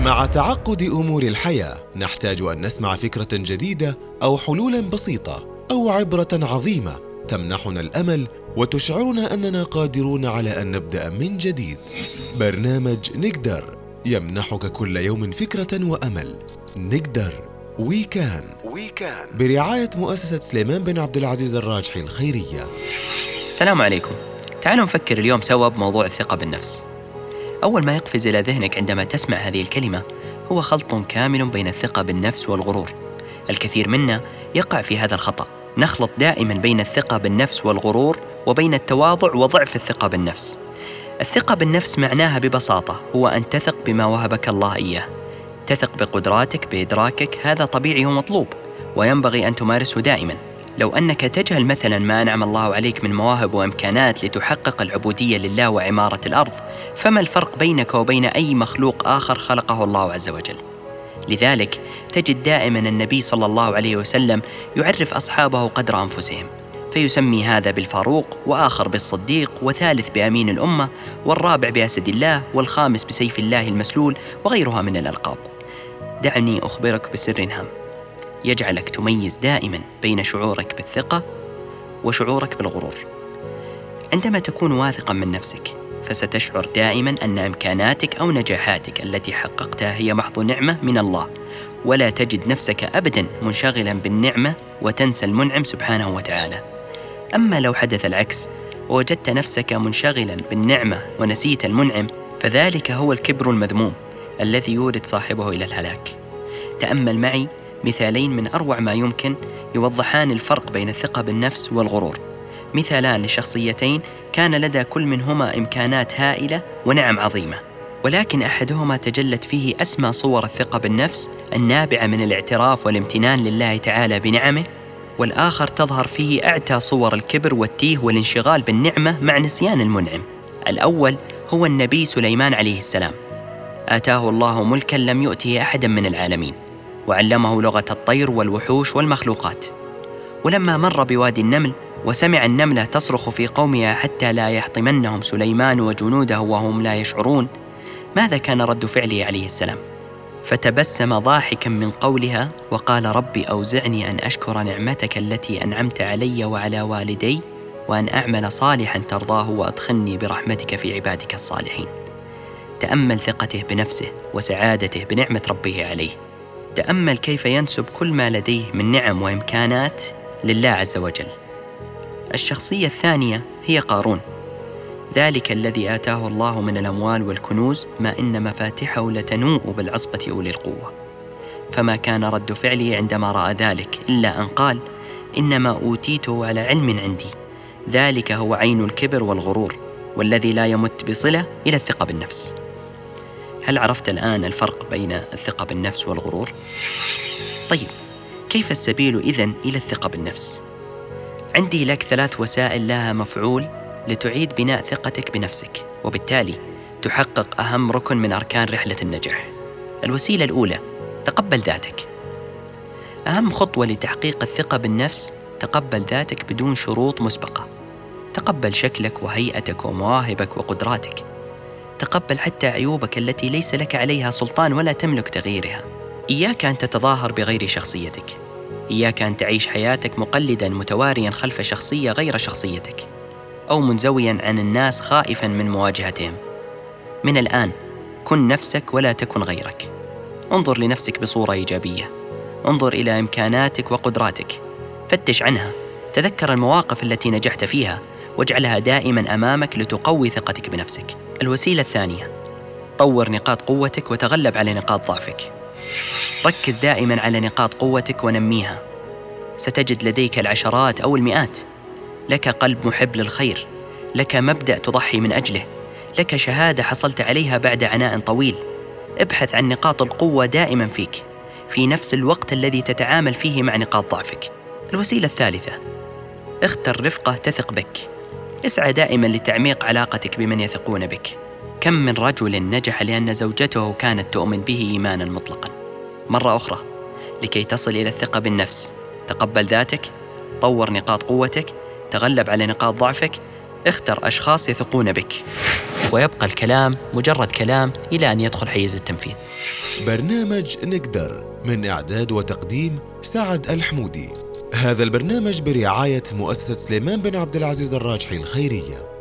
مع تعقد أمور الحياة نحتاج أن نسمع فكرة جديدة أو حلولاً بسيطة أو عبرة عظيمة تمنحنا الأمل وتشعرنا أننا قادرون على أن نبدأ من جديد. برنامج نقدر يمنحك كل يوم فكرة وأمل. نقدر ويكان برعاية مؤسسة سليمان بن عبد العزيز الراجحي الخيرية. السلام عليكم. تعالوا نفكر اليوم سوا بموضوع الثقة بالنفس. أول ما يقفز إلى ذهنك عندما تسمع هذه الكلمة هو خلط كامل بين الثقة بالنفس والغرور. الكثير منا يقع في هذا الخطأ، نخلط دائما بين الثقة بالنفس والغرور وبين التواضع وضعف الثقة بالنفس. الثقة بالنفس معناها ببساطة هو أن تثق بما وهبك الله إياه، تثق بقدراتك بإدراكك، هذا طبيعي ومطلوب وينبغي أن تمارسه دائما. لو أنك تجهل مثلا ما أنعم الله عليك من مواهب وإمكانات لتحقق العبودية لله وعمارة الأرض، فما الفرق بينك وبين أي مخلوق آخر خلقه الله عز وجل؟ لذلك تجد دائما النبي صلى الله عليه وسلم يعرف أصحابه قدر أنفسهم، فيسمي هذا بالفاروق، وآخر بالصديق، وثالث بأمين الأمة، والرابع بأسد الله، والخامس بسيف الله المسلول، وغيرها من الألقاب. دعني أخبرك بسر هام يجعلك تميز دائما بين شعورك بالثقة وشعورك بالغرور. عندما تكون واثقا من نفسك فستشعر دائما أن إمكاناتك أو نجاحاتك التي حققتها هي محض نعمة من الله، ولا تجد نفسك أبدا منشغلا بالنعمة وتنسى المنعم سبحانه وتعالى. أما لو حدث العكس ووجدت نفسك منشغلا بالنعمة ونسيت المنعم، فذلك هو الكبر المذموم الذي يورد صاحبه إلى الهلاك. تأمل معي مثالين من أروع ما يمكن يوضحان الفرق بين الثقة بالنفس والغرور. مثالان لشخصيتين كان لدى كل منهما إمكانات هائلة ونعم عظيمة، ولكن أحدهما تجلت فيه أسمى صور الثقة بالنفس النابعة من الاعتراف والامتنان لله تعالى بنعمه، والآخر تظهر فيه أعتى صور الكبر والتيه والانشغال بالنعمة مع نسيان المنعم. الأول هو النبي سليمان عليه السلام، آتاه الله ملكا لم يؤته أحدا من العالمين، وعلمه لغة الطير والوحوش والمخلوقات. ولما مر بوادي النمل وسمع النملة تصرخ في قومها حتى لا يحطمنهم سليمان وجنوده وهم لا يشعرون، ماذا كان رد فعله عليه السلام؟ فتبسم ضاحكا من قولها وقال ربي أوزعني أن أشكر نعمتك التي أنعمت علي وعلى والدي وأن أعمل صالحا ترضاه وأدخلني برحمتك في عبادك الصالحين. تأمل ثقته بنفسه وسعادته بنعمة ربه عليه. تأمل كيف ينسب كل ما لديه من نعم وإمكانات لله عز وجل. الشخصية الثانية هي قارون، ذلك الذي آتاه الله من الأموال والكنوز ما إن مفاتحه لتنوء بالعصبة أولي القوة. فما كان رد فعله عندما رأى ذلك إلا أن قال إنما أوتيته على علم عندي. ذلك هو عين الكبر والغرور، والذي لا يمت بصلة إلى الثقة بالنفس. هل عرفت الآن الفرق بين الثقة بالنفس والغرور؟ طيب، كيف السبيل إذن إلى الثقة بالنفس؟ عندي لك 3 وسائل لها مفعول لتعيد بناء ثقتك بنفسك، وبالتالي تحقق أهم ركن من أركان رحلة النجاح. الوسيلة الأولى: تقبل ذاتك. أهم خطوة لتحقيق الثقة بالنفس: تقبل ذاتك بدون شروط مسبقة. تقبل شكلك وهيئتك ومواهبك وقدراتك. تقبل حتى عيوبك التي ليس لك عليها سلطان ولا تملك تغييرها. إياك أن تتظاهر بغير شخصيتك. إياك أن تعيش حياتك مقلداً متوارياً خلف شخصية غير شخصيتك، أو منزوياً عن الناس خائفاً من مواجهتهم. من الآن كن نفسك ولا تكن غيرك. انظر لنفسك بصورة إيجابية. انظر إلى إمكاناتك وقدراتك، فتش عنها، تذكر المواقف التي نجحت فيها واجعلها دائماً أمامك لتقوي ثقتك بنفسك. الوسيلة الثانية: طور نقاط قوتك وتغلب على نقاط ضعفك. ركز دائماً على نقاط قوتك ونميها. ستجد لديك العشرات أو المئات. لك قلب محب للخير، لك مبدأ تضحي من أجله، لك شهادة حصلت عليها بعد عناء طويل. ابحث عن نقاط القوة دائما فيك في نفس الوقت الذي تتعامل فيه مع نقاط ضعفك. الوسيلة الثالثة: اختر رفقة تثق بك. اسعى دائما لتعميق علاقتك بمن يثقون بك. كم من رجل نجح لأن زوجته كانت تؤمن به إيمانا مطلقا. مرة أخرى، لكي تصل إلى الثقة بالنفس: تقبل ذاتك، طور نقاط قوتك، تغلب على نقاط ضعفك، اختر أشخاص يثقون بك. ويبقى الكلام مجرد كلام إلى أن يدخل حيز التنفيذ. برنامج نقدر من إعداد وتقديم سعد الحمودي. هذا البرنامج برعاية مؤسسة سليمان بن عبد العزيز الراجحي الخيرية.